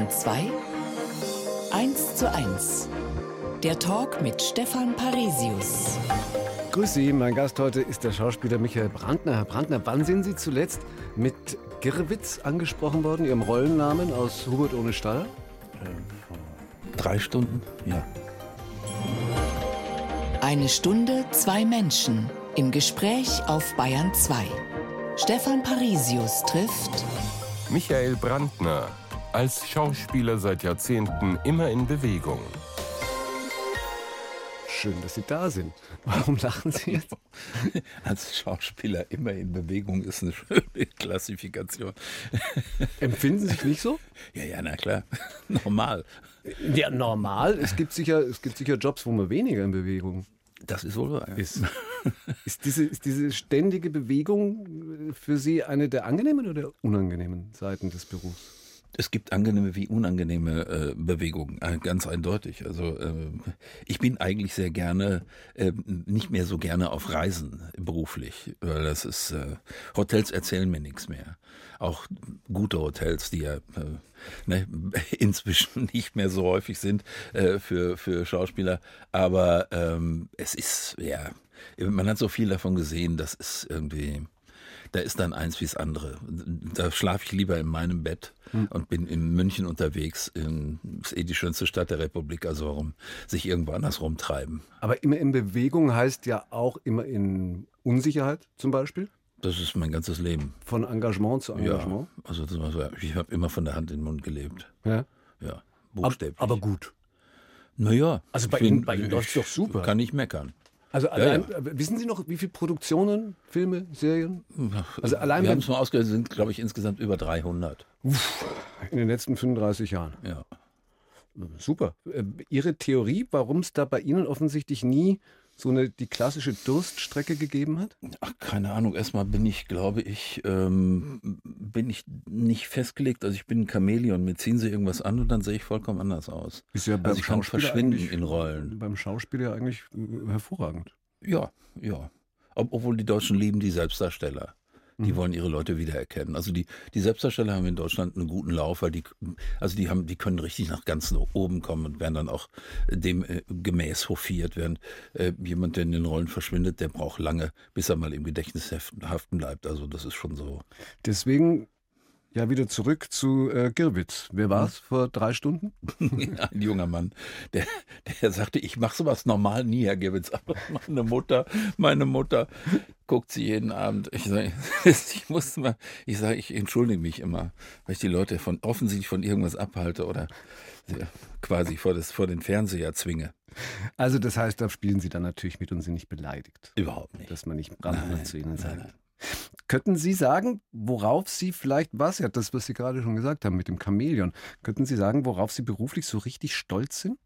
Bayern 2 1:1. Der Talk mit Stefan Parisius. Grüß Sie, mein Gast heute ist der Schauspieler Michael Brandner. Herr Brandner, wann sind Sie zuletzt mit Girwitz angesprochen worden, Ihrem Rollennamen aus Hubert ohne Stall? Vor 3 Stunden, ja. 1 Stunde, 2 Menschen im Gespräch auf Bayern 2. Stefan Parisius trifft Michael Brandner, als Schauspieler seit Jahrzehnten immer in Bewegung. Schön, dass Sie da sind. Warum lachen Sie jetzt? Als Schauspieler immer in Bewegung ist eine schöne Klassifikation. Empfinden Sie sich nicht so? Ja, na klar. Normal. Ja, normal. Es gibt sicher Jobs, wo man weniger in Bewegung Das ist wohl wahr. ist. Ist diese ständige Bewegung für Sie eine der angenehmen oder unangenehmen Seiten des Berufs? Es gibt angenehme wie unangenehme Bewegungen, ganz eindeutig. Also ich bin eigentlich sehr gerne, nicht mehr so gerne auf Reisen beruflich, weil das ist, Hotels erzählen mir nichts mehr. Auch gute Hotels, die ja inzwischen nicht mehr so häufig sind für Schauspieler. Aber es ist, ja, man hat so viel davon gesehen, das ist irgendwie... Da ist dann eins wie das andere. Da schlafe ich lieber in meinem Bett und bin in München unterwegs. Das ist die schönste Stadt der Republik, also warum sich irgendwo anders rumtreiben. Aber immer in Bewegung heißt ja auch immer in Unsicherheit zum Beispiel? Das ist mein ganzes Leben. Von Engagement zu Engagement? Ja, also ich habe immer von der Hand in den Mund gelebt. Ja. Ja, buchstäblich. Aber gut. Naja. Also bei Ihnen läuft es doch super. Kann nicht meckern. Also allein, wissen Sie noch, wie viele Produktionen, Filme, Serien? Also allein Wir haben es mal ausgerechnet, sind, glaube ich, insgesamt über 300. In den letzten 35 Jahren. Ja. Super. Ihre Theorie, warum es da bei Ihnen offensichtlich nie so die klassische Durststrecke gegeben hat? Ach, keine Ahnung. Erstmal bin ich, glaube ich, nicht festgelegt. Also ich bin ein Chamäleon. Mir ziehen sie irgendwas an und dann sehe ich vollkommen anders aus. Ist ja also ich kann verschwinden in Rollen. Beim Schauspieler eigentlich hervorragend. Ja. Obwohl die Deutschen lieben die Selbstdarsteller. Die wollen ihre Leute wiedererkennen. Also die Selbstdarsteller haben in Deutschland einen guten Lauf, weil die können richtig nach ganz oben kommen und werden dann auch dem gemäß hofiert. Während jemand, der in den Rollen verschwindet, der braucht lange, bis er mal im Gedächtnis haften bleibt. Also das ist schon so. Deswegen ja wieder zurück zu Girwitz. Wer war es vor 3 Stunden? Ja, ein junger Mann, der sagte, ich mache sowas normal nie, Herr Girwitz. Aber meine Mutter guckt sie jeden Abend. Ich sage, ich entschuldige mich immer, weil ich die Leute offensichtlich von irgendwas abhalte oder quasi vor den Fernseher zwinge. Also das heißt, da spielen Sie dann natürlich mit und sind nicht beleidigt. Überhaupt nicht. Dass man nicht Brandner zu Ihnen sagt. Nein. Könnten Sie sagen, worauf Sie vielleicht, was Sie gerade schon gesagt haben mit dem Chamäleon, könnten Sie sagen, worauf Sie beruflich so richtig stolz sind?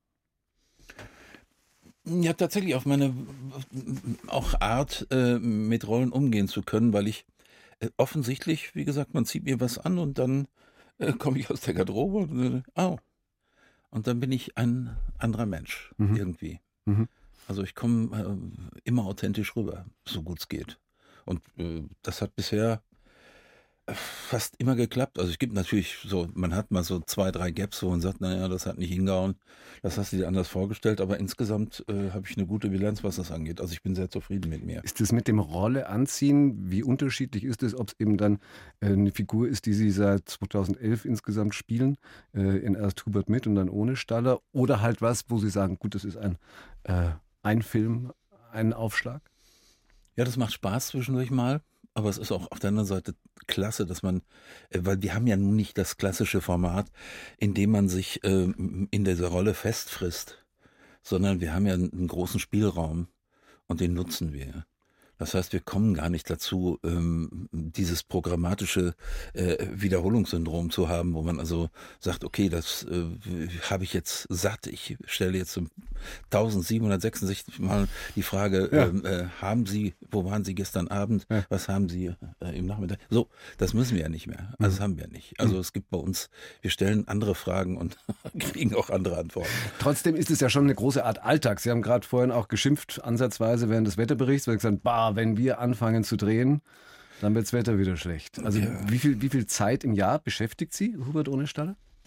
Ja, tatsächlich auf meine auch Art, mit Rollen umgehen zu können, weil ich offensichtlich, wie gesagt, man zieht mir was an und dann komme ich aus der Garderobe und dann bin ich ein anderer Mensch irgendwie. Mhm. Also ich komme immer authentisch rüber, so gut es geht. Und das hat bisher fast immer geklappt. Also es gibt natürlich so, man hat mal so 2, 3 Gaps, wo man sagt, naja, das hat nicht hingehauen, das hast du dir anders vorgestellt, aber insgesamt habe ich eine gute Bilanz, was das angeht. Also ich bin sehr zufrieden mit mir. Ist das mit dem Rolle anziehen, wie unterschiedlich ist es, ob es eben dann eine Figur ist, die Sie seit 2011 insgesamt spielen, in erst Hubert mit und dann ohne Staller, oder halt was, wo Sie sagen, gut, das ist ein Film, ein Aufschlag? Ja, das macht Spaß zwischendurch mal, aber es ist auch auf der anderen Seite klasse, dass man, weil wir haben ja nun nicht das klassische Format, in dem man sich in dieser Rolle festfrisst, sondern wir haben ja einen großen Spielraum und den nutzen wir. Das heißt, wir kommen gar nicht dazu, dieses programmatische Wiederholungssyndrom zu haben, wo man also sagt, okay, das habe ich jetzt satt. Ich stelle jetzt zum 1766 Mal die Frage, wo waren Sie gestern Abend? Ja. Was haben Sie im Nachmittag? So, das müssen wir ja nicht mehr. Also das haben wir nicht. Also es gibt bei uns, wir stellen andere Fragen und kriegen auch andere Antworten. Trotzdem ist es ja schon eine große Art Alltag. Sie haben gerade vorhin auch geschimpft, ansatzweise während des Wetterberichts, weil Sie gesagt haben, wenn wir anfangen zu drehen, dann wird das Wetter wieder schlecht. Also wie viel Zeit im Jahr beschäftigt Sie, Hubert ohne Staller?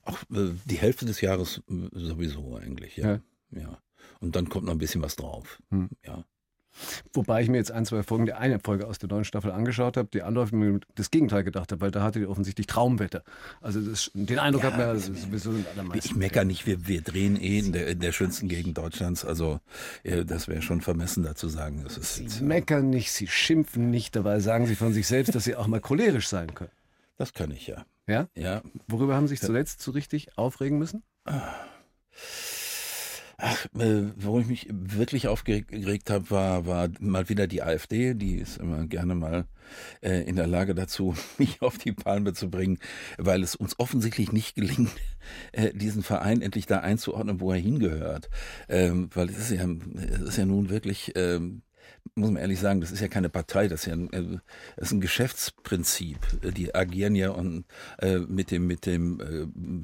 Auch die Hälfte des Jahres sowieso eigentlich, ja. Und dann kommt noch ein bisschen was drauf, ja. Wobei ich mir jetzt 1, 2 Folgen, die eine Folge aus der neuen Staffel angeschaut habe, die andere mir das Gegenteil gedacht habe, weil da hatte die offensichtlich Traumwetter. Also den Eindruck hat man ja, das ist sowieso in allermeisten. Ich meckere nicht, wir drehen in der schönsten Gegend Deutschlands, also das wäre schon vermessen da zu sagen. Sie meckern nicht, Sie schimpfen nicht, dabei sagen Sie von sich selbst, dass Sie auch mal cholerisch sein können. Das kann ich, ja. Ja? Ja. Worüber haben Sie sich zuletzt so richtig aufregen müssen? Wo ich mich wirklich aufgeregt habe, war mal wieder die AfD. Die ist immer gerne mal in der Lage dazu, mich auf die Palme zu bringen, weil es uns offensichtlich nicht gelingt, diesen Verein endlich da einzuordnen, wo er hingehört. Weil es ist ja nun wirklich... muss man ehrlich sagen, das ist ja keine Partei, das ist ein Geschäftsprinzip. Die agieren ja mit dem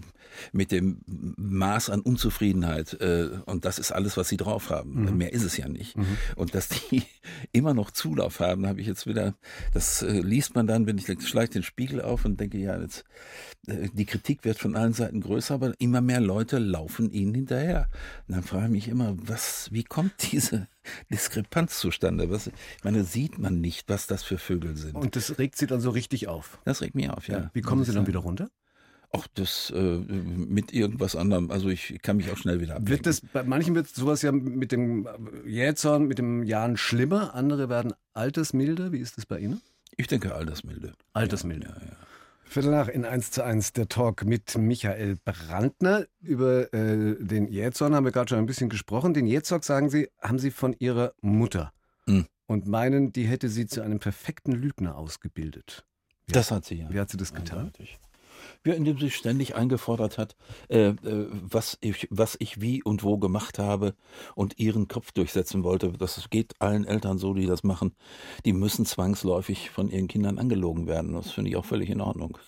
Maß an Unzufriedenheit und das ist alles, was sie drauf haben. Mehr ist es ja nicht. Und dass die immer noch Zulauf haben, habe ich jetzt wieder, das liest man dann, wenn ich schleicht den Spiegel auf und denke, ja, jetzt, die Kritik wird von allen Seiten größer, aber immer mehr Leute laufen ihnen hinterher. Und dann frage ich mich immer, wie kommt diese Diskrepanz zustande? Ich meine, sieht man nicht, was das für Vögel sind. Und das regt Sie dann so richtig auf? Das regt mich auf, ja. Wie kommen Sie dann wieder runter? Auch das mit irgendwas anderem. Also ich kann mich auch schnell wieder ablenken. Bei manchen wird sowas ja mit dem Jähzorn, mit dem Jahren schlimmer. Andere werden altersmilde. Wie ist das bei Ihnen? Ich denke altersmilde. Altersmilde. Ja. Viertel nach in 1:1 der Talk mit Michael Brandner. Über den Jähzorn haben wir gerade schon ein bisschen gesprochen. Den Jähzorn, sagen Sie, haben Sie von Ihrer Mutter. Und meinen, die hätte Sie zu einem perfekten Lügner ausgebildet. Das hat sie, ja. Wie hat sie das getan? Eindeutig. Ja, indem sie ständig eingefordert hat, was ich wie und wo gemacht habe und ihren Kopf durchsetzen wollte. Das geht allen Eltern so, die das machen. Die müssen zwangsläufig von ihren Kindern angelogen werden. Das finde ich auch völlig in Ordnung.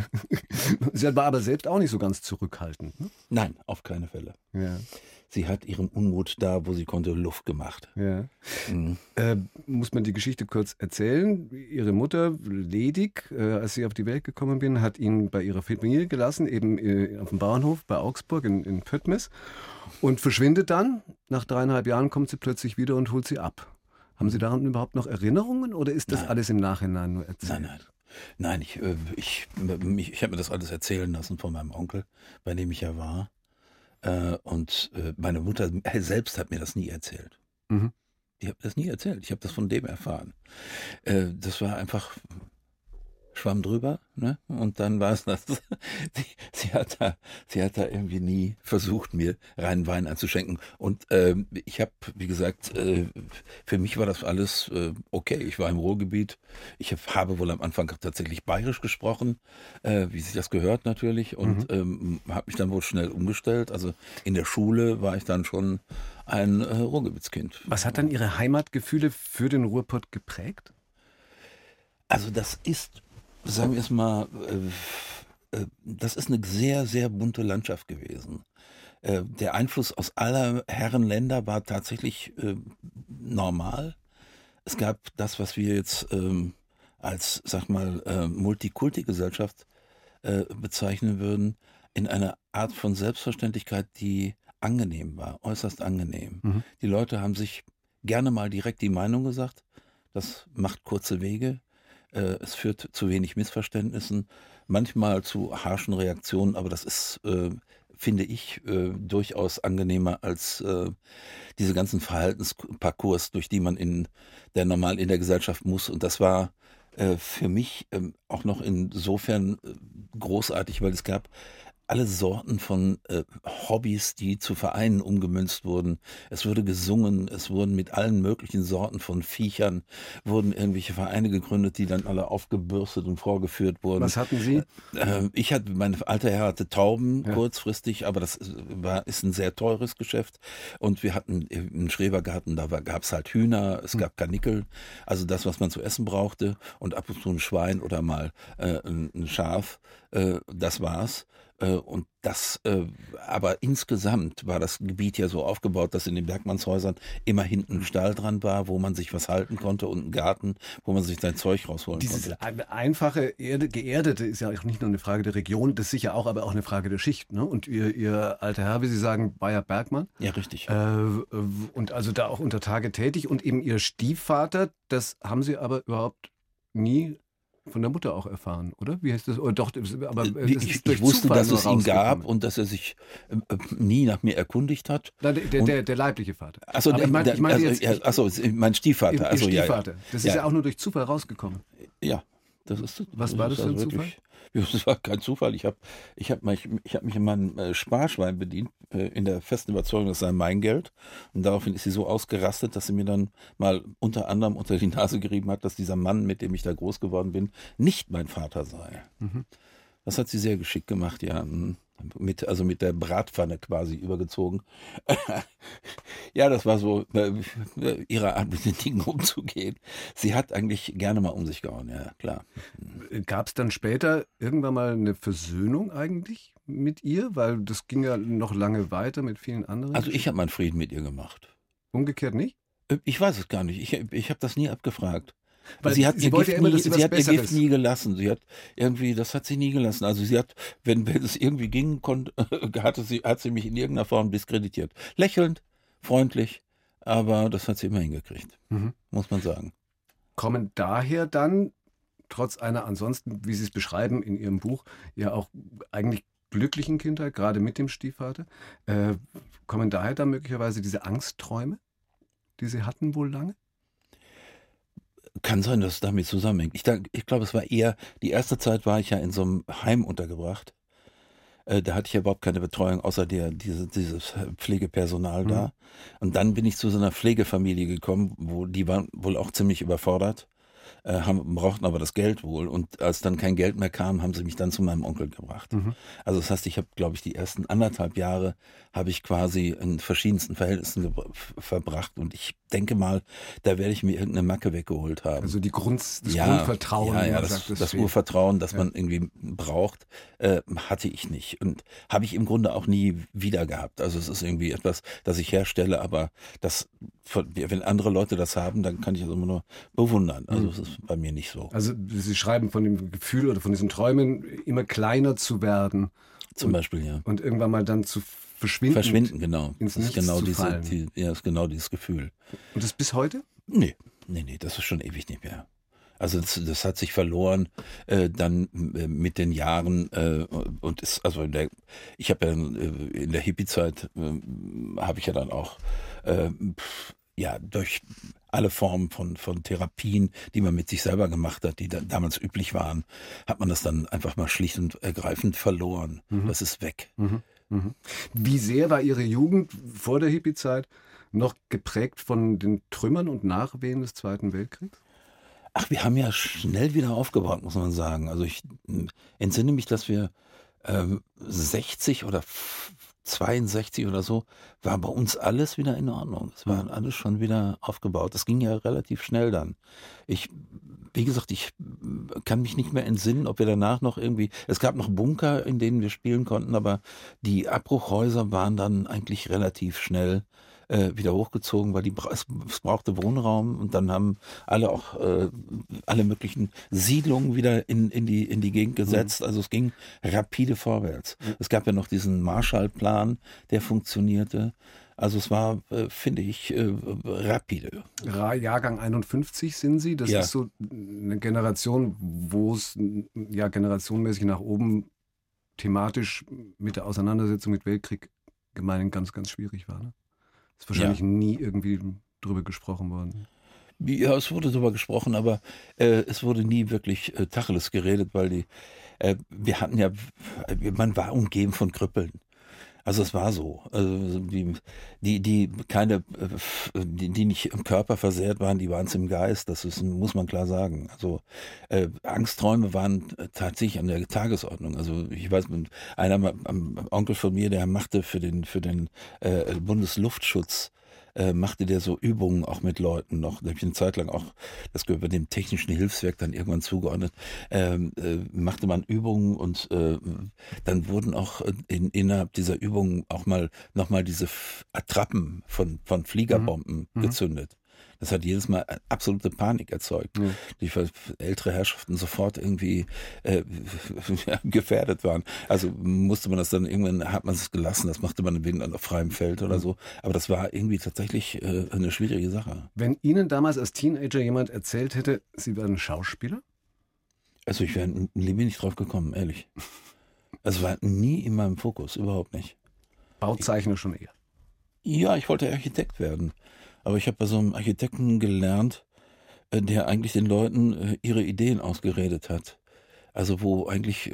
Sie war aber selbst auch nicht so ganz zurückhaltend. Ne? Nein, auf keine Fälle. Ja. Sie hat ihrem Unmut da, wo sie konnte, Luft gemacht. Ja. Muss man die Geschichte kurz erzählen? Ihre Mutter, ledig, als sie auf die Welt gekommen bin, hat ihn bei ihrer Familie gelassen, eben auf dem Bauernhof bei Augsburg in Pöttmes und verschwindet dann. Nach 3,5 Jahren kommt sie plötzlich wieder und holt sie ab. Haben Sie daran überhaupt noch Erinnerungen oder ist das alles im Nachhinein nur erzählt? Nein, ich habe mir das alles erzählen lassen von meinem Onkel, bei dem ich ja war. Und meine Mutter selbst hat mir das nie erzählt. Die hat mir das nie erzählt. Ich habe das von dem erfahren. Das war einfach Schwamm drüber, ne? Und dann war es das. Sie hat da irgendwie nie versucht, mir reinen Wein einzuschenken. Und ich habe, wie gesagt, für mich war das alles okay. Ich war im Ruhrgebiet. Ich habe wohl am Anfang tatsächlich bayerisch gesprochen, wie sich das gehört natürlich. Und habe mich dann wohl schnell umgestellt. Also in der Schule war ich dann schon ein Ruhrgebietskind. Was hat dann Ihre Heimatgefühle für den Ruhrpott geprägt? Also das ist, sagen wir es mal, das ist eine sehr, sehr bunte Landschaft gewesen. Der Einfluss aus aller Herren Länder war tatsächlich normal. Es gab das, was wir jetzt als, sag mal, Multikulti-Gesellschaft bezeichnen würden, in einer Art von Selbstverständlichkeit, die angenehm war, äußerst angenehm. Die Leute haben sich gerne mal direkt die Meinung gesagt. Das macht kurze Wege. Es führt zu wenig Missverständnissen, manchmal zu harschen Reaktionen, aber das ist, finde ich, durchaus angenehmer als diese ganzen Verhaltensparcours, durch die man normal in der Gesellschaft muss. Und das war für mich auch noch insofern großartig, weil es gab alle Sorten von Hobbys, die zu Vereinen umgemünzt wurden. Es wurde gesungen, es wurden mit allen möglichen Sorten von Viechern, wurden irgendwelche Vereine gegründet, die dann alle aufgebürstet und vorgeführt wurden. Was hatten Sie? Mein alter Herr hatte Tauben kurzfristig, aber das ist ein sehr teures Geschäft. Und wir hatten einen Schrebergarten, da gab es halt Hühner, es gab Karnickel, also das, was man zu essen brauchte und ab und zu ein Schwein oder mal ein Schaf. das war's. Und das, aber insgesamt war das Gebiet ja so aufgebaut, dass in den Bergmannshäusern immer hinten ein Stall dran war, wo man sich was halten konnte und ein Garten, wo man sich sein Zeug rausholen Dieses konnte. einfache, geerdete ist ja auch nicht nur eine Frage der Region, das ist sicher auch, aber auch eine Frage der Schicht. Ne? Und ihr alter Herr, wie Sie sagen, Bayer Bergmann. Ja, richtig. Und also da auch unter Tage tätig. Und eben Ihr Stiefvater, das haben Sie aber überhaupt nie von der Mutter auch erfahren, oder? Wie heißt das? Oder doch, aber das ist durch Ich wusste, Zufall dass nur es ihn gab rausgekommen. und dass er sich nie nach mir erkundigt hat. Nein, der leibliche Vater. Achso, Aber ich meine jetzt mein Stiefvater. Ihr Also, Stiefvater. Das ist Ja. ja auch nur durch Zufall rausgekommen. Ja, das ist. Was war das für ein wirklich- Zufall? Ja, das war kein Zufall. Ich hab mich in meinem Sparschwein bedient, in der festen Überzeugung, das sei mein Geld. Und daraufhin ist sie so ausgerastet, dass sie mir dann mal unter anderem unter die Nase gerieben hat, dass dieser Mann, mit dem ich da groß geworden bin, nicht mein Vater sei. Das hat sie sehr geschickt gemacht, ja. Mit der Bratpfanne quasi übergezogen. Ja, das war so ihre Art, mit den Dingen umzugehen. Sie hat eigentlich gerne mal um sich gehauen, ja, klar. Gab es dann später irgendwann mal eine Versöhnung eigentlich mit ihr? Weil das ging ja noch lange weiter mit vielen anderen. Also ich habe meinen Frieden mit ihr gemacht. Umgekehrt nicht? Ich weiß es gar nicht. Ich habe das nie abgefragt. Weil Sie hat sie ihr wollte ja Gift immer, nie, dass sie was sie hat ihr Gift Besseres- nie gelassen. Sie hat irgendwie, das hat sie nie gelassen. Also sie hat, wenn es irgendwie ging, hat sie mich in irgendeiner Form diskreditiert. Lächelnd, freundlich, aber das hat sie immer hingekriegt, muss man sagen. Kommen daher dann, trotz einer ansonsten, wie Sie es beschreiben in Ihrem Buch, ja auch eigentlich glücklichen Kindheit, gerade mit dem Stiefvater, kommen daher dann möglicherweise diese Angstträume, die Sie hatten wohl lange? Kann sein, dass es damit zusammenhängt. Ich glaube, es war eher, die erste Zeit war ich ja in so einem Heim untergebracht. Da hatte ich ja überhaupt keine Betreuung, außer dieses Pflegepersonal da. Und dann bin ich zu so einer Pflegefamilie gekommen, die waren wohl auch ziemlich überfordert, brauchten aber das Geld wohl. Und als dann kein Geld mehr kam, haben sie mich dann zu meinem Onkel gebracht. Also das heißt, ich habe, glaube ich, die ersten 1,5 Jahre habe ich quasi in verschiedensten Verhältnissen verbracht. Und ich denke mal, da werde ich mir irgendeine Macke weggeholt haben. Also das Grundvertrauen, wie man sagt, das Urvertrauen, das man irgendwie braucht, hatte ich nicht. Und habe ich im Grunde auch nie wieder gehabt. Also es ist irgendwie etwas, das ich herstelle, aber wenn andere Leute das haben, dann kann ich das immer nur bewundern. Also es ist bei mir nicht so. Also Sie schreiben von dem Gefühl oder von diesen Träumen, immer kleiner zu werden. Zum Beispiel, ja. Und irgendwann mal dann zu verschwinden. Verschwinden, genau. Ins Das ist Nichts genau zu fallen. ist genau dieses Gefühl. Und das bis heute? Nee, das ist schon ewig nicht mehr. Also das hat sich verloren dann mit den Jahren und ist also ich habe ja in der Hippie-Zeit habe ich ja dann auch durch alle Formen von Therapien, die man mit sich selber gemacht hat, die dann damals üblich waren, hat man das dann einfach mal schlicht und ergreifend verloren. Das ist weg. Wie sehr war Ihre Jugend vor der Hippie-Zeit noch geprägt von den Trümmern und Nachwehen des Zweiten Weltkriegs? Ach, wir haben ja schnell wieder aufgebaut, muss man sagen. Also ich entsinne mich, dass wir 60 oder 62 oder so, war bei uns alles wieder in Ordnung. Es war alles schon wieder aufgebaut. Das ging ja relativ schnell dann. Wie gesagt, ich kann mich nicht mehr entsinnen, ob wir danach noch irgendwie, es gab noch Bunker, in denen wir spielen konnten, aber die Abbruchhäuser waren dann eigentlich relativ schnell wieder hochgezogen, weil es brauchte Wohnraum und dann haben alle auch alle möglichen Siedlungen wieder in die Gegend gesetzt. Also es ging rapide vorwärts. Es gab ja noch diesen Marshallplan, der funktionierte. Also es war, finde ich, rapide. Jahrgang 51 sind Sie. Das ist so eine Generation, wo es ja generationenmäßig nach oben thematisch mit der Auseinandersetzung mit Weltkrieg gemeinhin ganz, ganz schwierig war. Ne? Ist wahrscheinlich nie irgendwie drüber gesprochen worden. Ja, es wurde darüber gesprochen, aber es wurde nie wirklich Tacheles geredet, weil wir hatten ja, man war umgeben von Krüppeln. Also es war so. Also die nicht im Körper versehrt waren, die waren es im Geist. Muss man klar sagen. Also Angstträume waren tatsächlich an der Tagesordnung. Also ich weiß, ein Onkel von mir, der machte für den Bundesluftschutz machte der so Übungen auch mit Leuten noch. Da habe ich eine Zeit lang auch, das gehört bei dem technischen Hilfswerk dann irgendwann zugeordnet, machte man Übungen und dann wurden auch innerhalb dieser Übungen auch nochmal diese Attrappen von Fliegerbomben gezündet. Das hat jedes Mal absolute Panik erzeugt. Ja. Die ältere Herrschaften sofort irgendwie gefährdet waren. Also musste man das dann irgendwann, hat man es gelassen, das machte man wegen auf freiem Feld oder so. Aber das war irgendwie tatsächlich eine schwierige Sache. Wenn Ihnen damals als Teenager jemand erzählt hätte, Sie wären Schauspieler? Also ich wäre nicht drauf gekommen, ehrlich. Es war nie in meinem Fokus, überhaupt nicht. Bauzeichner schon eher? Ja, ich wollte Architekt werden. Aber ich habe bei so einem Architekten gelernt, der eigentlich den Leuten ihre Ideen ausgeredet hat. Also wo eigentlich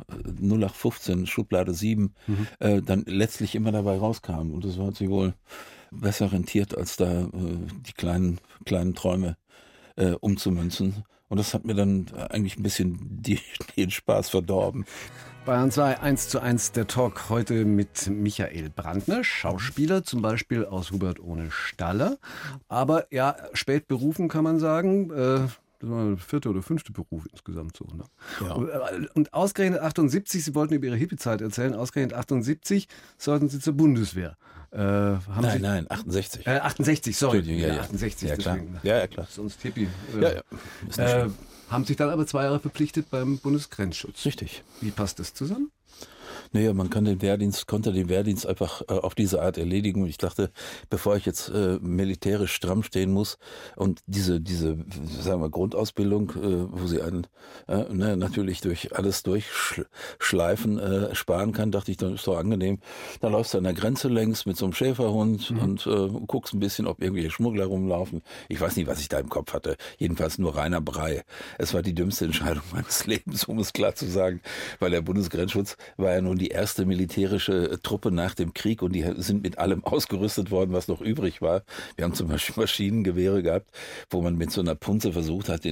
0815, Schublade 7, dann letztlich immer dabei rauskam. Und das hat sich wohl besser rentiert, als da die kleinen Träume umzumünzen. Und das hat mir dann eigentlich ein bisschen den Spaß verdorben. Bayern 2 1:1 der Talk heute mit Michael Brandner, Schauspieler, zum Beispiel aus Hubert ohne Staller. Aber ja, spät berufen kann man sagen. Das war der 4. oder 5. Beruf insgesamt so. Ne? Ja. Und ausgerechnet 78, Sie wollten über Ihre Hippie-Zeit erzählen, ausgerechnet 78 sollten Sie zur Bundeswehr. Nein, 68. 68, sorry. Ja, 68, ja, klar. Deswegen. Ja, klar. Sonst Hippie. Ist nicht haben sich dann aber 2 Jahre verpflichtet beim Bundesgrenzschutz. Richtig. Wie passt das zusammen? Naja, man konnte den Wehrdienst einfach auf diese Art erledigen. Und ich dachte, bevor ich jetzt militärisch stramm stehen muss und diese sagen wir Grundausbildung, wo sie einen natürlich durch alles durchschleifen sparen kann, dachte ich, das ist doch angenehm. Da läufst du an der Grenze längs mit so einem Schäferhund und guckst ein bisschen, ob irgendwelche Schmuggler rumlaufen. Ich weiß nicht, was ich da im Kopf hatte. Jedenfalls nur reiner Brei. Es war die dümmste Entscheidung meines Lebens, um es klar zu sagen, weil der Bundesgrenzschutz war ja nun die erste militärische Truppe nach dem Krieg und die sind mit allem ausgerüstet worden, was noch übrig war. Wir haben zum Beispiel Maschinengewehre gehabt, wo man mit so einer Punze versucht hat,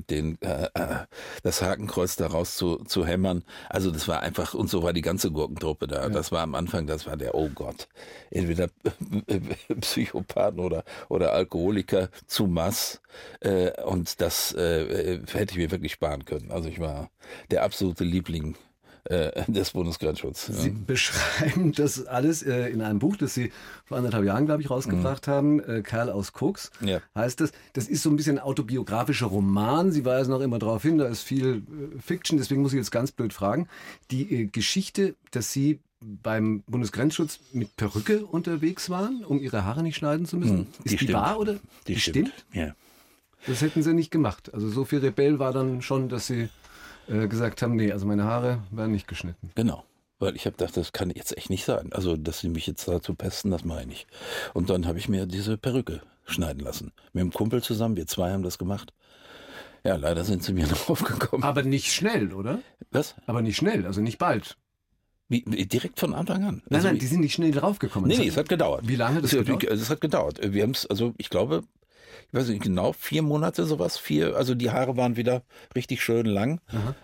das Hakenkreuz daraus zu hämmern. Also das war einfach, und so war die ganze Gurkentruppe da. Ja. Das war am Anfang, das war der, oh Gott, entweder Psychopathen oder Alkoholiker zu Mass. Und das hätte ich mir wirklich sparen können. Also ich war der absolute Liebling des Bundesgrenzschutzes. Sie beschreiben das alles in einem Buch, das Sie vor 1,5 Jahren, glaube ich, rausgebracht haben. Kerl aus Koks heißt das. Das ist so ein bisschen ein autobiografischer Roman. Sie weisen auch immer darauf hin, da ist viel Fiction. Deswegen muss ich jetzt ganz blöd fragen. Die Geschichte, dass Sie beim Bundesgrenzschutz mit Perücke unterwegs waren, um Ihre Haare nicht schneiden zu müssen, ist die wahr oder? Die stimmt. Ja. Das hätten Sie nicht gemacht. Also so viel Rebell war dann schon, dass Sie gesagt haben, nee, also meine Haare werden nicht geschnitten. Genau, weil ich habe gedacht, das kann jetzt echt nicht sein. Also, dass sie mich jetzt dazu pesten, das meine ich. Und dann habe ich mir diese Perücke schneiden lassen. Mit einem Kumpel zusammen, wir 2 haben das gemacht. Ja, leider sind sie mir drauf gekommen. Aber nicht schnell, oder? Was? Aber nicht schnell, also nicht bald. Wie, direkt von Anfang an? Nein, die sind nicht schnell draufgekommen. Nee, es hat gedauert. Wie lange das gedauert? Es hat gedauert. Wir haben es, also ich glaube, ich weiß nicht genau, 4 Monate sowas. Also die Haare waren wieder richtig schön lang.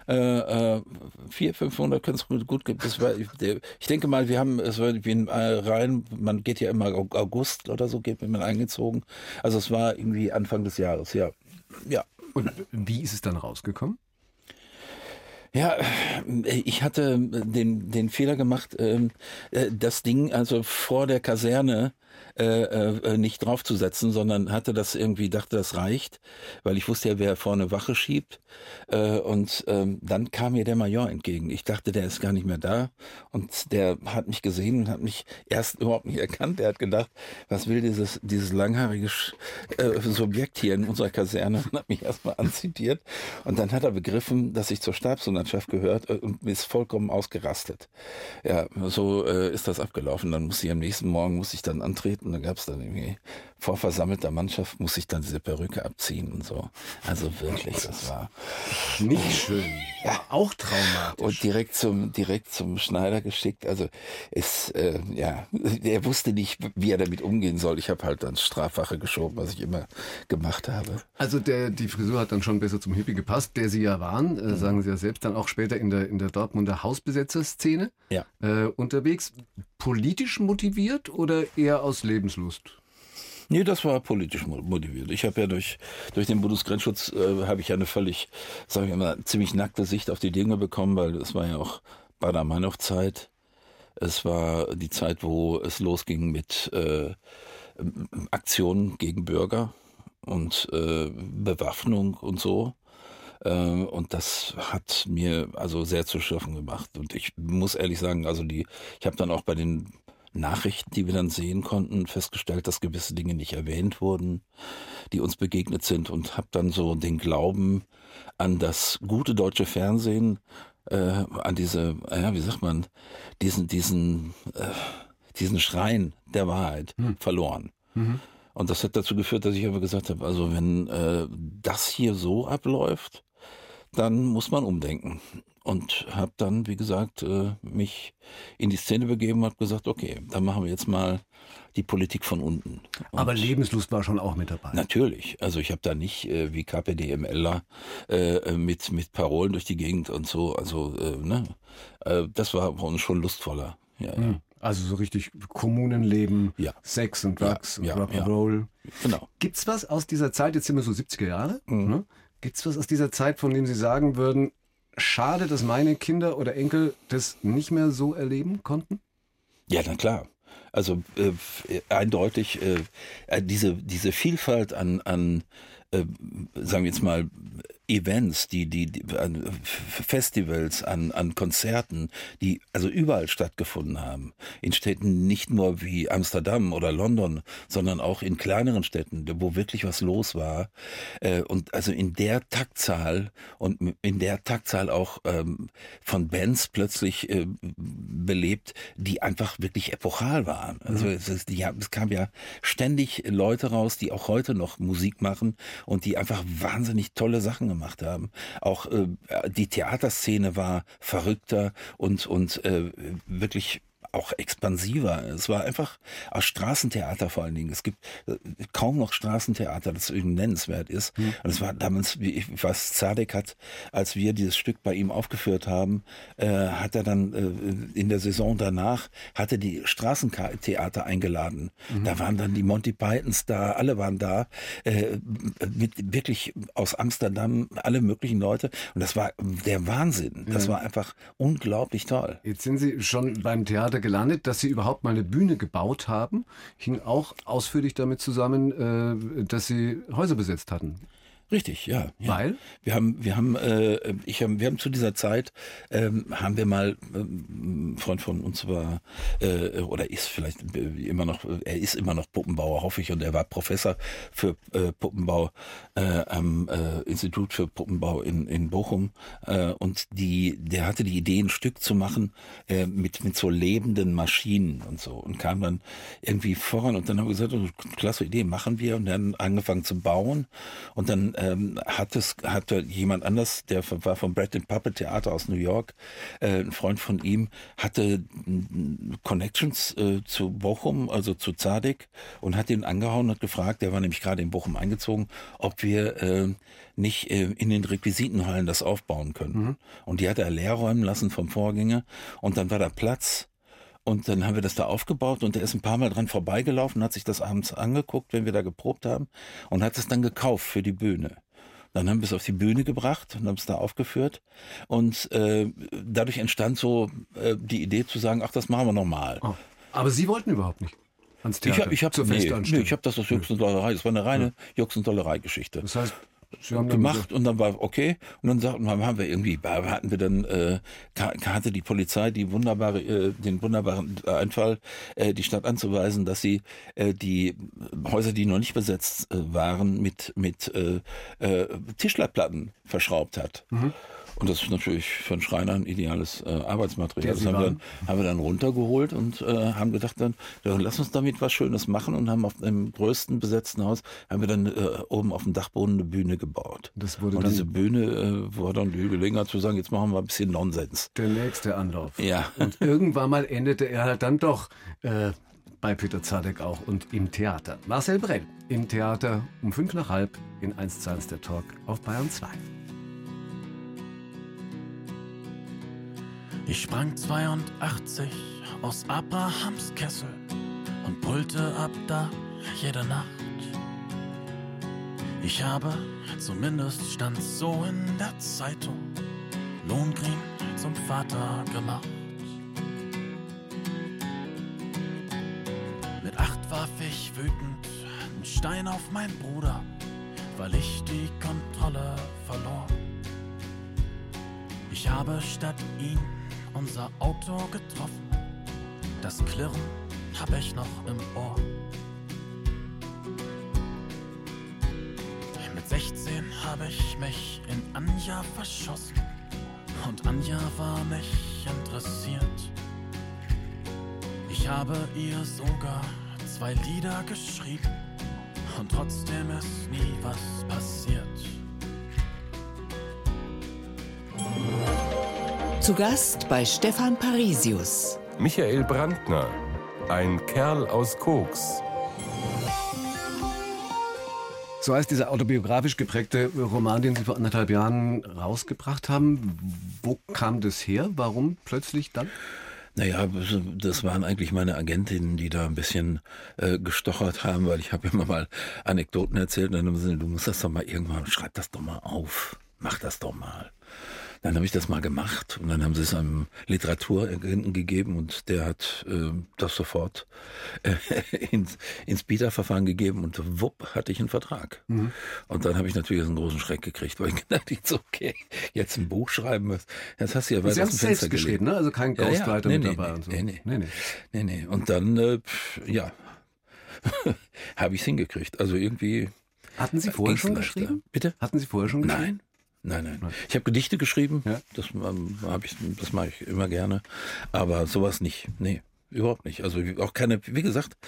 400, 500 können es gut geben. Ich denke mal, es war wie rein, man geht ja immer August oder so, geht man eingezogen. Also es war irgendwie Anfang des Jahres, ja. Und wie ist es dann rausgekommen? Ja, ich hatte den Fehler gemacht, das Ding also vor der Kaserne nicht draufzusetzen, sondern dachte, das reicht, weil ich wusste ja, wer vorne Wache schiebt. Und dann kam mir der Major entgegen. Ich dachte, der ist gar nicht mehr da. Und der hat mich gesehen und hat mich erst überhaupt nicht erkannt. Der hat gedacht, was will dieses langhaarige Subjekt hier in unserer Kaserne? Und hat mich erstmal anzitiert. Und dann hat er begriffen, dass ich zur Stabsmannschaft gehört und ist vollkommen ausgerastet. Ja, so ist das abgelaufen. Dann musste ich am nächsten Morgen dann antreten. Da gab es dann irgendwie vor versammelter Mannschaft muss ich dann diese Perücke abziehen und so. Also wirklich, das war nicht schön. Ja, auch traumatisch. Und direkt zum Schneider geschickt. Also er wusste nicht, wie er damit umgehen soll. Ich habe halt dann Strafwache geschoben, was ich immer gemacht habe. Also die Frisur hat dann schon besser zum Hippie gepasst, der Sie ja waren, sagen Sie ja selbst, dann auch später in der Dortmunder Hausbesetzerszene unterwegs. Politisch motiviert oder eher aus Lebenslust? Nee, das war politisch motiviert. Ich habe ja durch den Bundesgrenzschutz habe ich ja eine völlig, sage ich mal, ziemlich nackte Sicht auf die Dinge bekommen, weil es war ja auch Baader-Meinhof-Zeit. Es war die Zeit, wo es losging mit Aktionen gegen Bürger und Bewaffnung und so. Und das hat mir also sehr zu schaffen gemacht. Und ich muss ehrlich sagen, also ich habe dann auch bei den Nachrichten, die wir dann sehen konnten, festgestellt, dass gewisse Dinge nicht erwähnt wurden, die uns begegnet sind, und habe dann so den Glauben an das gute deutsche Fernsehen, an diese, wie sagt man, diesen Schrein der Wahrheit verloren. Und das hat dazu geführt, dass ich aber gesagt habe, also wenn das hier so abläuft, dann muss man umdenken. Und habe dann, wie gesagt, mich in die Szene begeben und habe gesagt, okay, dann machen wir jetzt mal die Politik von unten. Und aber Lebenslust war schon auch mit dabei. Natürlich. Also ich habe da nicht wie KPDMLer mit Parolen durch die Gegend und so. Also das war bei uns schon lustvoller. Ja, ja. Also so richtig Kommunenleben, Ja. Sex und Drugs und ja, Rock'n'Roll. Genau. Gibt's was aus dieser Zeit, jetzt sind wir so 70er Jahre, ne? Gibt's was aus dieser Zeit, von dem Sie sagen würden, schade, dass meine Kinder oder Enkel das nicht mehr so erleben konnten? Ja, na klar. Also eindeutig diese Vielfalt an sagen wir jetzt mal, Events, an Festivals, an Konzerten, die also überall stattgefunden haben. In Städten nicht nur wie Amsterdam oder London, sondern auch in kleineren Städten, wo wirklich was los war. Und also in der Taktzahl und in der Taktzahl auch von Bands plötzlich belebt, die einfach wirklich epochal waren. Also es kam ja ständig Leute raus, die auch heute noch Musik machen und die einfach wahnsinnig tolle Sachen gemacht haben. Auch die Theaterszene war verrückter und wirklich auch expansiver. Es war einfach auch Straßentheater vor allen Dingen. Es gibt kaum noch Straßentheater, das irgendwie nennenswert ist. Und es war damals, was Zadek hat, als wir dieses Stück bei ihm aufgeführt haben, hat er dann in der Saison danach, hatte die Straßentheater eingeladen. Da waren dann die Monty Pythons da, alle waren da, mit wirklich aus Amsterdam, alle möglichen Leute. Und das war der Wahnsinn. Das war einfach unglaublich toll. Jetzt sind Sie schon beim Theater gelandet, dass Sie überhaupt mal eine Bühne gebaut haben. Hing auch ausführlich damit zusammen, dass Sie Häuser besetzt hatten. Richtig, ja. Weil? Wir haben zu dieser Zeit, haben wir mal, ein Freund von uns war, oder ist vielleicht immer noch, er ist immer noch Puppenbauer, hoffe ich, und er war Professor für Puppenbau am Institut für Puppenbau in Bochum, und der hatte die Idee, ein Stück zu machen mit so lebenden Maschinen und so, und kam dann irgendwie voran, und dann haben wir gesagt, oh, klasse Idee, machen wir, und dann angefangen zu bauen, und dann hatte jemand anders, der war vom Bread and Puppet Theater aus New York, ein Freund von ihm, hatte Connections zu Bochum, also zu Zadek, und hat ihn angehauen und hat gefragt, der war nämlich gerade in Bochum eingezogen, ob wir nicht in den Requisitenhallen das aufbauen können. Und die hat er leer räumen lassen vom Vorgänger, und dann war da Platz. Und dann haben wir das da aufgebaut, und er ist ein paar Mal dran vorbeigelaufen, hat sich das abends angeguckt, wenn wir da geprobt haben, und hat es dann gekauft für die Bühne. Dann haben wir es auf die Bühne gebracht und haben es da aufgeführt, und dadurch entstand so die Idee zu sagen, ach, das machen wir nochmal. Oh. Aber Sie wollten überhaupt nicht ans Theater? Ich habe das aus Jux und Dollerei, das war eine reine Jux und Dollerei-Geschichte. Das heißt, Sie haben gemacht, und dann war okay, und dann hatte die Polizei den wunderbaren Einfall, die Stadt anzuweisen, dass sie die Häuser, die noch nicht besetzt waren, mit Tischlerplatten verschraubt hat. Und das ist natürlich für einen Schreiner ein ideales Arbeitsmaterial. Das haben wir dann runtergeholt und haben gedacht, dann lass uns damit was Schönes machen, und haben auf dem größten besetzten Haus, haben wir dann oben auf dem Dachboden eine Bühne gebaut. Und diese Bühne war dann die Gelegenheit zu sagen, jetzt machen wir ein bisschen Nonsens. Der nächste Anlauf. Ja. Und irgendwann mal endete er halt dann doch bei Peter Zadek auch und im Theater. Marcel Brel im Theater um 5:05 in 1:1 der Talk auf Bayern 2. Ich sprang 82 aus Abrahams Kessel und brüllte ab da jede Nacht. Ich habe, zumindest stand so in der Zeitung, Lohengrin zum Vater gemacht. Mit 8 warf ich wütend einen Stein auf meinen Bruder, weil ich die Kontrolle verlor. Ich habe statt ihn unser Auto getroffen, das Klirren hab ich noch im Ohr. Mit 16 habe ich mich in Anja verschossen und Anja war nicht interessiert. Ich habe ihr sogar 2 Lieder geschrieben und trotzdem ist nie was passiert. Zu Gast bei Stefan Parisius. Michael Brandner, ein Kerl aus Koks. So heißt dieser autobiografisch geprägte Roman, den Sie vor 1,5 Jahren rausgebracht haben. Wo kam das her? Warum plötzlich dann? Naja, das waren eigentlich meine Agentinnen, die da ein bisschen gestochert haben, weil ich habe immer mal Anekdoten erzählt und dann haben sie gesagt, du musst das doch mal irgendwann, schreib das doch mal auf, mach das doch mal. Dann habe ich das mal gemacht und dann haben sie es einem Literaturagenten gegeben und der hat das sofort ins Bieterverfahren gegeben und wupp hatte ich einen Vertrag. Mhm. Und dann habe ich natürlich einen großen Schreck gekriegt, weil ich gedacht habe, so, okay, jetzt ein Buch schreiben muss. Jetzt hast du ja weit aus dem Fenster geschrieben, ne? Also kein Ghostwriter mit dabei und so. Nee. Und dann, habe ich es hingekriegt. Also irgendwie. Hatten Sie vorher schon geschrieben? Bitte? Hatten Sie vorher schon geschrieben? Nein. Ich habe Gedichte geschrieben, ja. Das mache ich immer gerne, aber sowas nicht, nee, überhaupt nicht. Also auch keine, wie gesagt,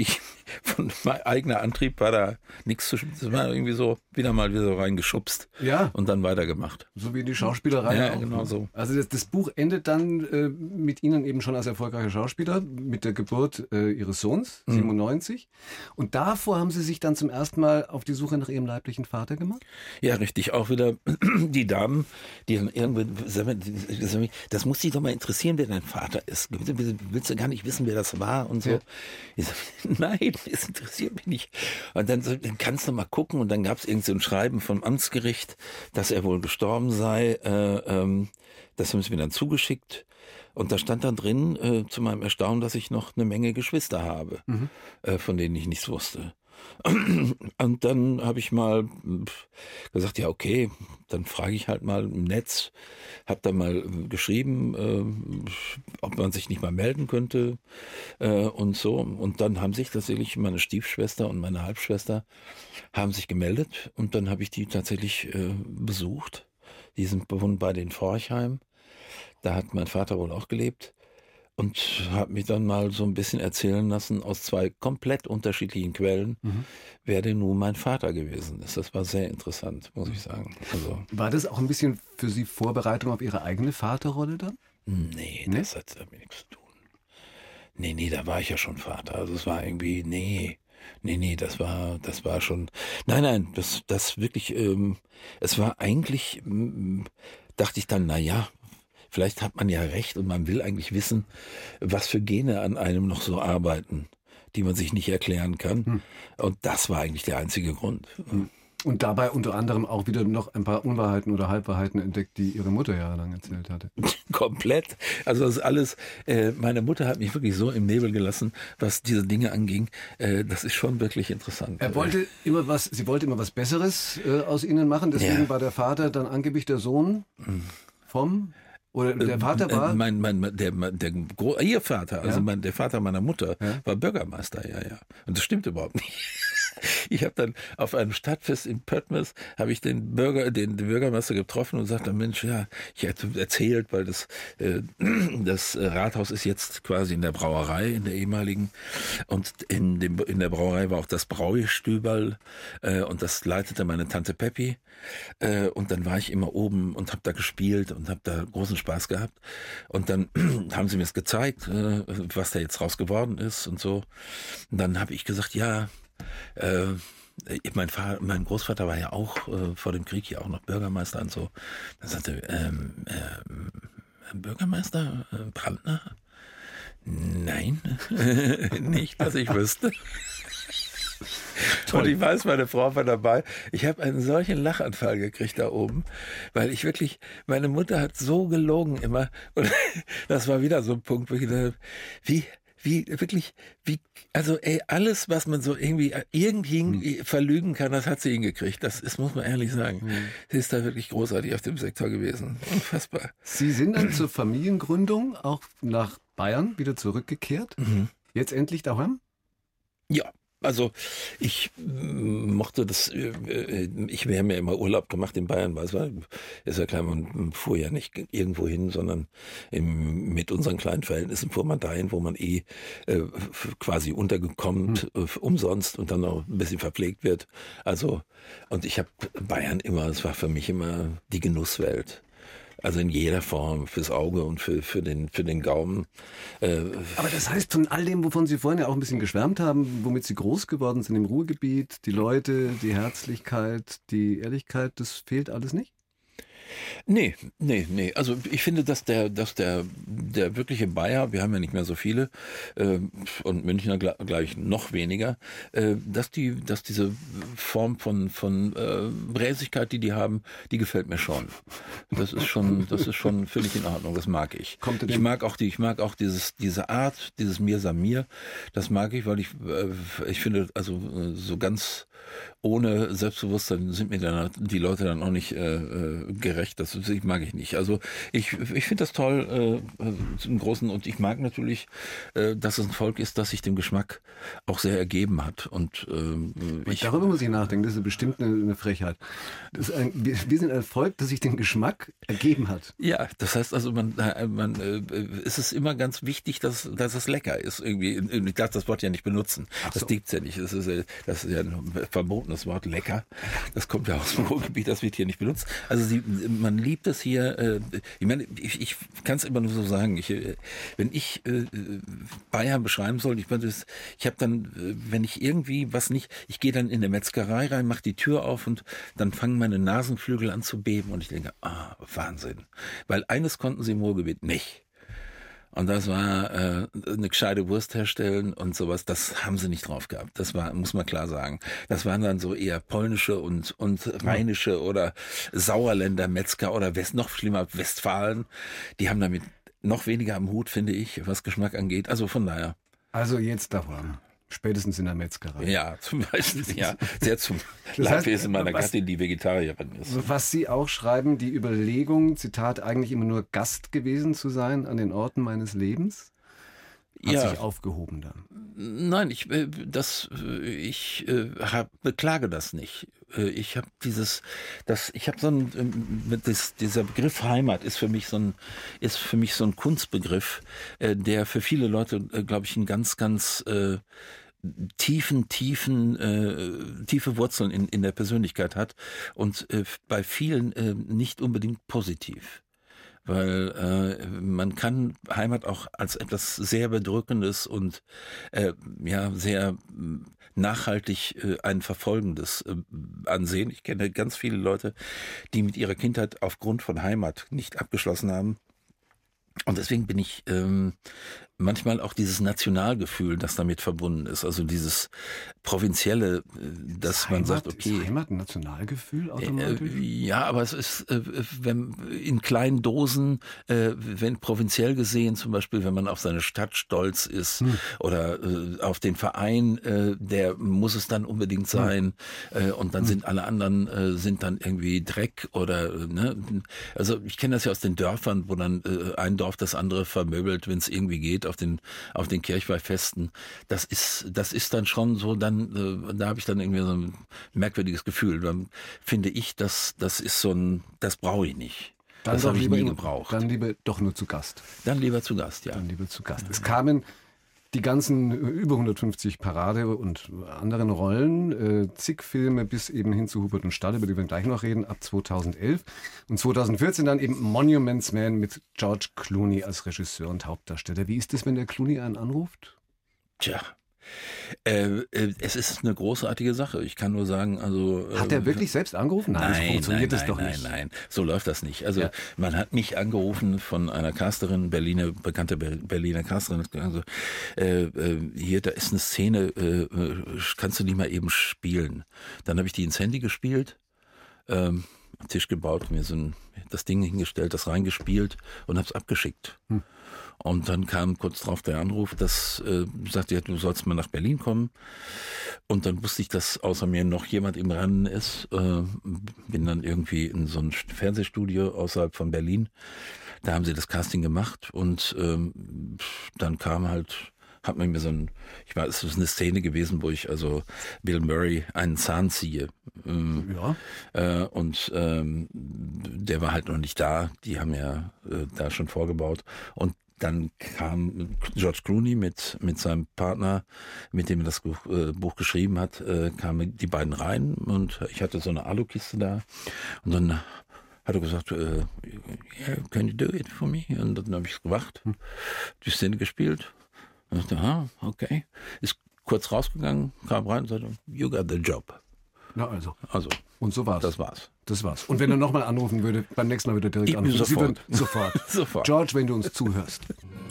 von mein eigener Antrieb war da nichts zu, das war irgendwie so, wieder so reingeschubst und dann weitergemacht. So wie die Schauspielerei ja, auch. Genau so. Also das Buch endet dann mit Ihnen eben schon als erfolgreicher Schauspieler, mit der Geburt Ihres Sohns, 97. Und davor haben Sie sich dann zum ersten Mal auf die Suche nach Ihrem leiblichen Vater gemacht? Ja, richtig. Auch wieder die Damen, die dann irgendwie, das muss dich doch mal interessieren, wer dein Vater ist. Willst du gar nicht wissen, wer das war und so? Ja. Ich sag, nein, das interessiert mich nicht. Und dann kannst du mal gucken und dann gab es irgend so ein Schreiben vom Amtsgericht, dass er wohl gestorben sei. Das haben sie mir dann zugeschickt. Und da stand dann drin, zu meinem Erstaunen, dass ich noch eine Menge Geschwister habe, von denen ich nichts wusste. Und dann habe ich mal gesagt, ja okay, dann frage ich halt mal im Netz, habe dann mal geschrieben, ob man sich nicht mal melden könnte und so. Und dann haben sich tatsächlich meine Stiefschwester und meine Halbschwester haben sich gemeldet und dann habe ich die tatsächlich besucht. Die sind bei den Forchheim. Da hat mein Vater wohl auch gelebt. Und habe mich dann mal so ein bisschen erzählen lassen aus 2 komplett unterschiedlichen Quellen, wer denn nun mein Vater gewesen ist. Das war sehr interessant, muss ich sagen. Also, war das auch ein bisschen für Sie Vorbereitung auf Ihre eigene Vaterrolle dann? Nee, das hat damit nichts zu tun. Nee, da war ich ja schon Vater. Also es war irgendwie, nee, das war schon, nein, das wirklich, es war eigentlich, dachte ich dann, naja, vielleicht hat man ja recht und man will eigentlich wissen, was für Gene an einem noch so arbeiten, die man sich nicht erklären kann. Und das war eigentlich der einzige Grund. Und dabei unter anderem auch wieder noch ein paar Unwahrheiten oder Halbwahrheiten entdeckt, die Ihre Mutter jahrelang erzählt hatte. Komplett. Also das ist alles, meine Mutter hat mich wirklich so im Nebel gelassen, was diese Dinge anging. Das ist schon wirklich interessant. Sie wollte immer was Besseres aus Ihnen machen, deswegen war der Vater dann angeblich der Sohn vom... Oder der Vater war? Ihr Vater, also der Vater meiner Mutter, war Bürgermeister, ja. Und das stimmt überhaupt nicht. Ich habe dann auf einem Stadtfest in Pöttmes habe ich den Bürgermeister getroffen und sagte, Mensch, ja, ich hätte erzählt, weil das Rathaus ist jetzt quasi in der Brauerei, in der ehemaligen, und in der Brauerei war auch das Braustüberl und das leitete meine Tante Peppi. Und dann war ich immer oben und habe da gespielt und habe da großen Spaß gehabt. Und dann haben sie mir es gezeigt, was da jetzt raus geworden ist und so. Und dann habe ich gesagt, ja, mein Großvater war ja auch vor dem Krieg ja auch noch Bürgermeister und so. Dann sagte Bürgermeister Brandner? Nein, nicht, dass ich wüsste. Und ich weiß, meine Frau war dabei. Ich habe einen solchen Lachanfall gekriegt da oben, weil ich wirklich, meine Mutter hat so gelogen immer. Und das war wieder so ein Punkt, wo ich gedacht habe, also alles, was man so irgendwie verlügen kann, das hat sie hingekriegt. Das muss man ehrlich sagen. Sie ist da wirklich großartig auf dem Sektor gewesen. Unfassbar. Sie sind dann zur Familiengründung auch nach Bayern wieder zurückgekehrt. Jetzt endlich daheim? Ja. Also ich mochte das, wir haben ja immer Urlaub gemacht in Bayern, weil es war, ist ja klar, man fuhr ja nicht irgendwo hin, sondern mit unseren kleinen Verhältnissen fuhr man dahin, wo man quasi untergekommt, umsonst und dann auch ein bisschen verpflegt wird. Also, und ich habe Bayern immer, es war für mich immer die Genusswelt. Also in jeder Form, fürs Auge und für den Gaumen. Aber das heißt, von all dem, wovon Sie vorhin ja auch ein bisschen geschwärmt haben, womit Sie groß geworden sind im Ruhrgebiet, die Leute, die Herzlichkeit, die Ehrlichkeit, das fehlt alles nicht? Nee. Also ich finde, dass der wirkliche Bayer, wir haben ja nicht mehr so viele, und Münchner gleich noch weniger, dass diese Form von Bräsigkeit, die haben, die gefällt mir schon. Das ist schon völlig in Ordnung. Das mag ich. Ich mag auch diese Art, dieses Mir Samir. Das mag ich, weil ich finde, also so ganz ohne Selbstbewusstsein sind mir dann die Leute dann auch nicht gerecht. Das mag ich nicht. Also ich finde das toll im Großen, und ich mag natürlich, dass es ein Volk ist, das sich dem Geschmack auch sehr ergeben hat. Und darüber muss ich nachdenken. Das ist bestimmt eine Frechheit. Wir sind ein Volk, das sich den Geschmack ergeben hat. Ja, das heißt also, es ist immer ganz wichtig, dass es lecker ist. Irgendwie, ich darf das Wort ja nicht benutzen. Das gibt's ja nicht. Das ist ja ein verbotenes Wort, lecker. Das kommt ja aus dem Ruhrgebiet, das wird hier nicht benutzt. Also man liebt es hier. Ich meine, ich kann es immer nur so sagen. Wenn ich Bayern beschreiben soll, ich habe dann, wenn ich irgendwie ich gehe dann in der Metzgerei rein, mache die Tür auf und dann fangen meine Nasenflügel an zu beben und ich denke, Wahnsinn. Weil eines konnten sie im Ruhrgebiet nicht. Und das war eine gescheite Wurst herstellen und sowas, das haben sie nicht drauf gehabt. Das muss man klar sagen. Das waren dann so eher polnische und rheinische oder Sauerländer Metzger oder noch schlimmer Westfalen. Die haben damit noch weniger am Hut, finde ich, was Geschmack angeht. Also von daher. Also jetzt davon. Spätestens in der Metzgerei. Ja, zum Beispiel, ja. Sehr zum Leidwesen meiner Gattin, die Vegetarierin ist. Was Sie auch schreiben, die Überlegung, Zitat, eigentlich immer nur Gast gewesen zu sein an den Orten meines Lebens, hat sich aufgehoben dann. Nein, ich beklage das nicht. Ich habe dieser Begriff Heimat ist für mich so ein Kunstbegriff, der für viele Leute, glaube ich, einen ganz, ganz tiefe Wurzeln in der Persönlichkeit hat und bei vielen nicht unbedingt positiv. Weil man kann Heimat auch als etwas sehr Bedrückendes und sehr nachhaltig ein Verfolgendes ansehen. Ich kenne ganz viele Leute, die mit ihrer Kindheit aufgrund von Heimat nicht abgeschlossen haben. Und deswegen bin ich manchmal auch dieses Nationalgefühl, das damit verbunden ist, also dieses Provinzielle, dass man sagt, okay. Ist Heimat ein Nationalgefühl automatisch? Ja, aber es ist wenn in kleinen Dosen, wenn provinziell gesehen, zum Beispiel, wenn man auf seine Stadt stolz ist oder auf den Verein, der muss es dann unbedingt sein und dann sind alle anderen sind dann irgendwie Dreck oder also ich kenne das ja aus den Dörfern, wo dann ein Dorf das andere vermöbelt, wenn es irgendwie geht, auf den Kirchweihfesten. Das ist dann schon so, da habe ich dann irgendwie so ein merkwürdiges Gefühl. Dann finde ich, das brauche ich nicht. Das habe ich nie gebraucht. Dann lieber doch nur zu Gast. Dann lieber zu Gast, ja. Dann lieber zu Gast. Es kamen die ganzen über 150 Parade- und anderen Rollen, zig Filme bis eben hin zu Hubert und Stalle, über die wir gleich noch reden, ab 2011. Und 2014 dann eben Monuments Man mit George Clooney als Regisseur und Hauptdarsteller. Wie ist es, wenn der Clooney einen anruft? Tja, Es ist eine großartige Sache. Ich kann nur sagen, also... Hat er wirklich selbst angerufen? Nein, so funktioniert das doch nicht. Nein, so läuft das nicht. Also man hat mich angerufen von einer Casterin, bekannte Berliner Casterin, hat gesagt, hier, da ist eine Szene, kannst du die mal eben spielen? Dann habe ich die ins Handy gespielt, Tisch gebaut, mir das Ding hingestellt, das reingespielt und habe es abgeschickt. Und dann kam kurz darauf der Anruf, dass sagte, ja, du sollst mal nach Berlin kommen. Und dann wusste ich, dass außer mir noch jemand im Rennen ist. Bin dann irgendwie in so ein Fernsehstudio außerhalb von Berlin. Da haben sie das Casting gemacht und dann kam halt, hat man mir es ist eine Szene gewesen, wo ich also Bill Murray einen Zahn ziehe. Und der war halt noch nicht da. Die haben ja da schon vorgebaut. Und dann kam George Clooney mit seinem Partner, mit dem er das Buch geschrieben hat, kamen die beiden rein und ich hatte so eine Alukiste da und dann hat er gesagt, yeah, can you do it for me? Und dann habe ich es gemacht, die Szene gespielt und ich dachte, okay. Ist kurz rausgegangen, kam rein und sagte, you got the job. Na also. Und so war's. Das war's. Und wenn er nochmal anrufen würde, beim nächsten Mal würde er direkt anrufen. Sofort. George, wenn du uns zuhörst.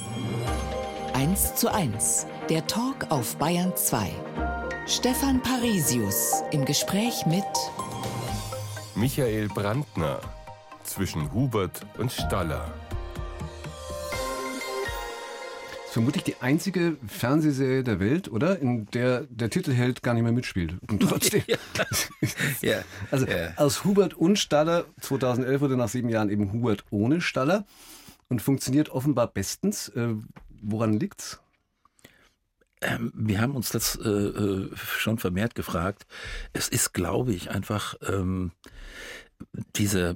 1:1. Der Talk auf Bayern 2. Stefan Parisius im Gespräch mit Michael Brandner zwischen Hubert und Staller. Vermutlich die einzige Fernsehserie der Welt, oder? In der der Titelheld gar nicht mehr mitspielt. Und trotzdem. Aus Hubert und Staller, 2011 wurde nach 7 Jahren eben Hubert ohne Staller und funktioniert offenbar bestens. Woran liegt's? Wir haben uns das schon vermehrt gefragt. Es ist, glaube ich, einfach dieser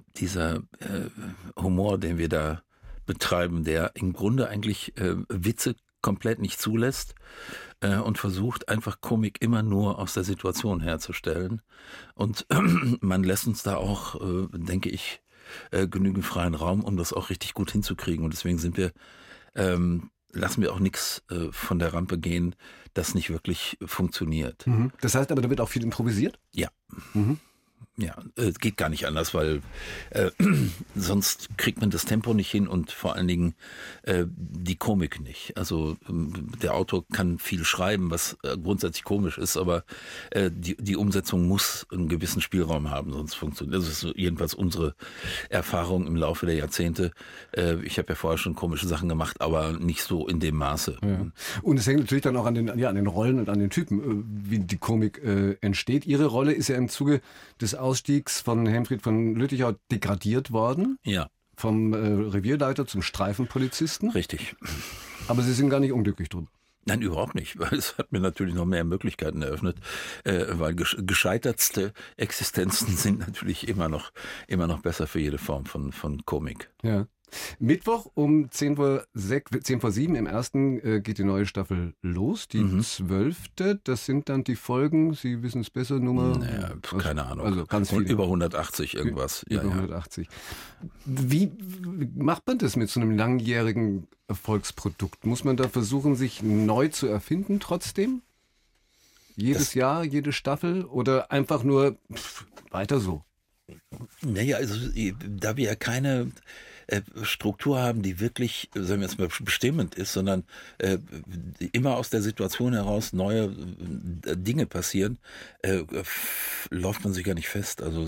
Humor, den wir da betreiben, der im Grunde eigentlich Witze komplett nicht zulässt und versucht einfach Komik immer nur aus der Situation herzustellen. Und man lässt uns da auch, denke ich, genügend freien Raum, um das auch richtig gut hinzukriegen. Und deswegen lassen wir auch nichts von der Rampe gehen, das nicht wirklich funktioniert. Das heißt aber, da wird auch viel improvisiert? Ja. Ja, geht gar nicht anders, weil sonst kriegt man das Tempo nicht hin und vor allen Dingen die Komik nicht. Also der Autor kann viel schreiben, was grundsätzlich komisch ist, aber die Umsetzung muss einen gewissen Spielraum haben, sonst funktioniert. Das ist jedenfalls unsere Erfahrung im Laufe der Jahrzehnte. Ich habe ja vorher schon komische Sachen gemacht, aber nicht so in dem Maße. Ja. Und es hängt natürlich dann auch an den Rollen und an den Typen, wie die Komik entsteht. Ihre Rolle ist ja im Zuge des Ausstiegs von Helmfried von Lüttichau degradiert worden. Ja. Vom Revierleiter zum Streifenpolizisten. Richtig. Aber Sie sind gar nicht unglücklich drüber. Nein, überhaupt nicht, weil es hat mir natürlich noch mehr Möglichkeiten eröffnet, weil gescheitertste Existenzen sind natürlich immer noch besser für jede Form von Komik. Ja. Mittwoch um 10:07 im ersten geht die neue Staffel los, die 12. Das sind dann die Folgen, Sie wissen es besser, keine Ahnung. Also ganz viele. Über 180 irgendwas. Über 180. Wie macht man das mit so einem langjährigen Erfolgsprodukt? Muss man da versuchen, sich neu zu erfinden trotzdem? Jedes Jahr, jede Staffel oder einfach nur weiter so? Naja, also da wir ja keine Struktur haben, die wirklich, sagen wir jetzt mal, bestimmend ist, sondern immer aus der Situation heraus neue Dinge passieren, läuft man sich gar nicht fest. Also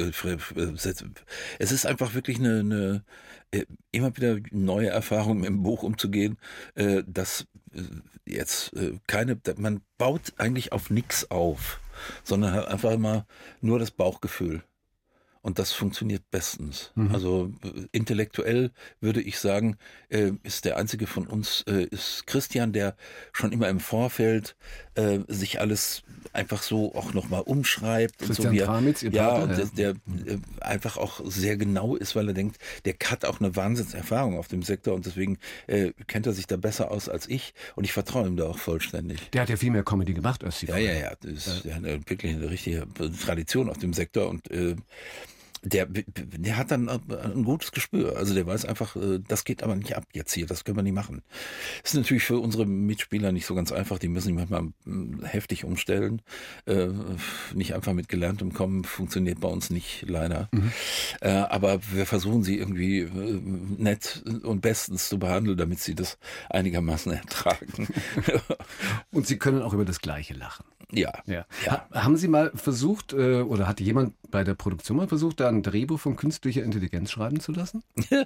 es ist einfach wirklich eine immer wieder neue Erfahrung mit dem Buch umzugehen, dass jetzt man baut eigentlich auf nichts auf, sondern hat einfach immer nur das Bauchgefühl. Und das funktioniert bestens. Also intellektuell würde ich sagen, ist der einzige von uns, ist Christian, der schon immer im Vorfeld sich alles einfach so auch nochmal umschreibt. Christian und so Tramitz, Ihr Partner, der einfach auch sehr genau ist, weil er denkt, der hat auch eine Wahnsinnserfahrung auf dem Sektor und deswegen kennt er sich da besser aus als ich und ich vertraue ihm da auch vollständig. Der hat ja viel mehr Comedy gemacht als Sie. Ja. Der hat wirklich eine richtige Tradition auf dem Sektor und Der hat dann ein gutes Gespür. Also der weiß einfach, das geht aber nicht ab jetzt hier, das können wir nicht machen. Das ist natürlich für unsere Mitspieler nicht so ganz einfach. Die müssen sich manchmal heftig umstellen. Nicht einfach mit Gelerntem kommen, funktioniert bei uns nicht, leider. Aber wir versuchen sie irgendwie nett und bestens zu behandeln, damit sie das einigermaßen ertragen. Und Sie können auch über das Gleiche lachen. Ja. Haben Sie mal versucht, oder hat jemand bei der Produktion mal versucht, da ein Drehbuch von künstlicher Intelligenz schreiben zu lassen?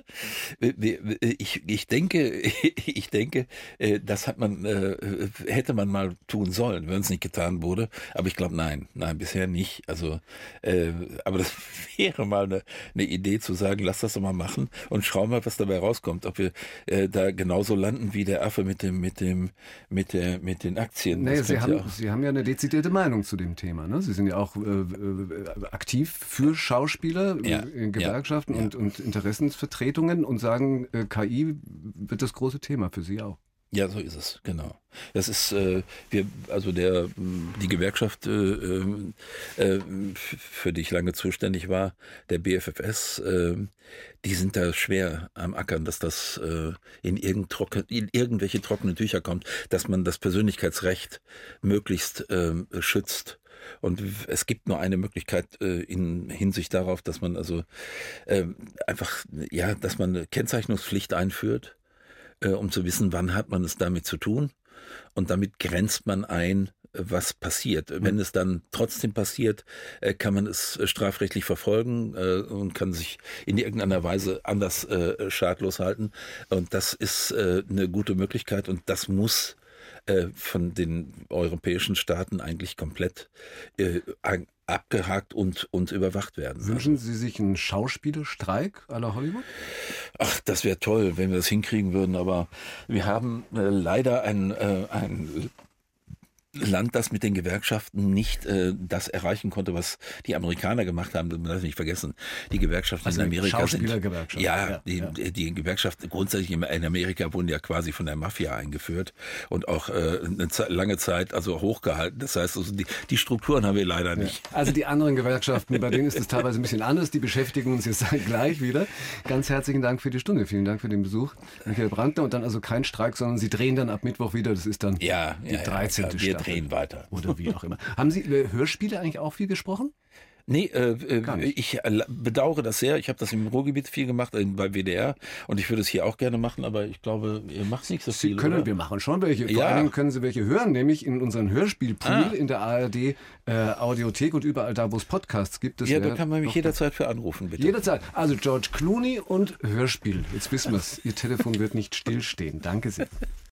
Ich denke, das hätte man mal tun sollen, wenn es nicht getan wurde. Aber ich glaube, nein, bisher nicht. Also, aber das wäre mal eine Idee zu sagen, lass das doch mal machen und schau mal, was dabei rauskommt. Ob wir da genauso landen wie der Affe mit den Aktien. Nee, Sie haben ja eine dezidierte Meinung zu dem Thema. Ne? Sie sind ja auch aktiv für Schauspieler, in Gewerkschaften und Interessensvertretungen und sagen, KI wird das große Thema für Sie auch. Ja, so ist es, genau. Das ist, die Gewerkschaft, für die ich lange zuständig war, der BFFS, die sind da schwer am Ackern, dass das in irgendwelche trockenen Tücher kommt, dass man das Persönlichkeitsrecht möglichst schützt. Und es gibt nur eine Möglichkeit in Hinsicht darauf, dass man dass man eine Kennzeichnungspflicht einführt, um zu wissen, wann hat man es damit zu tun. Und damit grenzt man ein, was passiert. Wenn es dann trotzdem passiert, kann man es strafrechtlich verfolgen und kann sich in irgendeiner Weise anders schadlos halten. Und das ist eine gute Möglichkeit und das muss von den europäischen Staaten eigentlich komplett abgehakt und überwacht werden. Wünschen Sie sich einen Schauspielerstreik à la Hollywood? Ach, das wäre toll, wenn wir das hinkriegen würden, aber wir haben leider ein Land, das mit den Gewerkschaften nicht das erreichen konnte, was die Amerikaner gemacht haben. Das darf ich nicht vergessen. Die Gewerkschaften in Amerika sind... Die Gewerkschaften grundsätzlich in Amerika wurden ja quasi von der Mafia eingeführt und auch eine lange Zeit also hochgehalten. Das heißt, also die Strukturen haben wir leider nicht. Also die anderen Gewerkschaften, bei denen ist es teilweise ein bisschen anders. Die beschäftigen uns jetzt gleich wieder. Ganz herzlichen Dank für die Stunde. Vielen Dank für den Besuch, Michael Brandner. Und dann also kein Streik, sondern Sie drehen dann ab Mittwoch wieder. Das ist dann die 13. Staffel. Drehen weiter. Oder wie auch immer. Haben Sie Hörspiele eigentlich auch viel gesprochen? Nee, ich bedauere das sehr. Ich habe das im Ruhrgebiet viel gemacht, bei WDR. Und ich würde es hier auch gerne machen, aber ich glaube, ihr macht nicht so viel. Wir machen schon welche. Vor allen Dingen können Sie welche hören, nämlich in unseren Hörspielpool in der ARD Audiothek und überall da, wo es Podcasts gibt. Da kann man mich jederzeit für anrufen, bitte. Jederzeit. Also George Clooney und Hörspiel. Jetzt wissen wir es. Ihr Telefon wird nicht stillstehen. Danke sehr.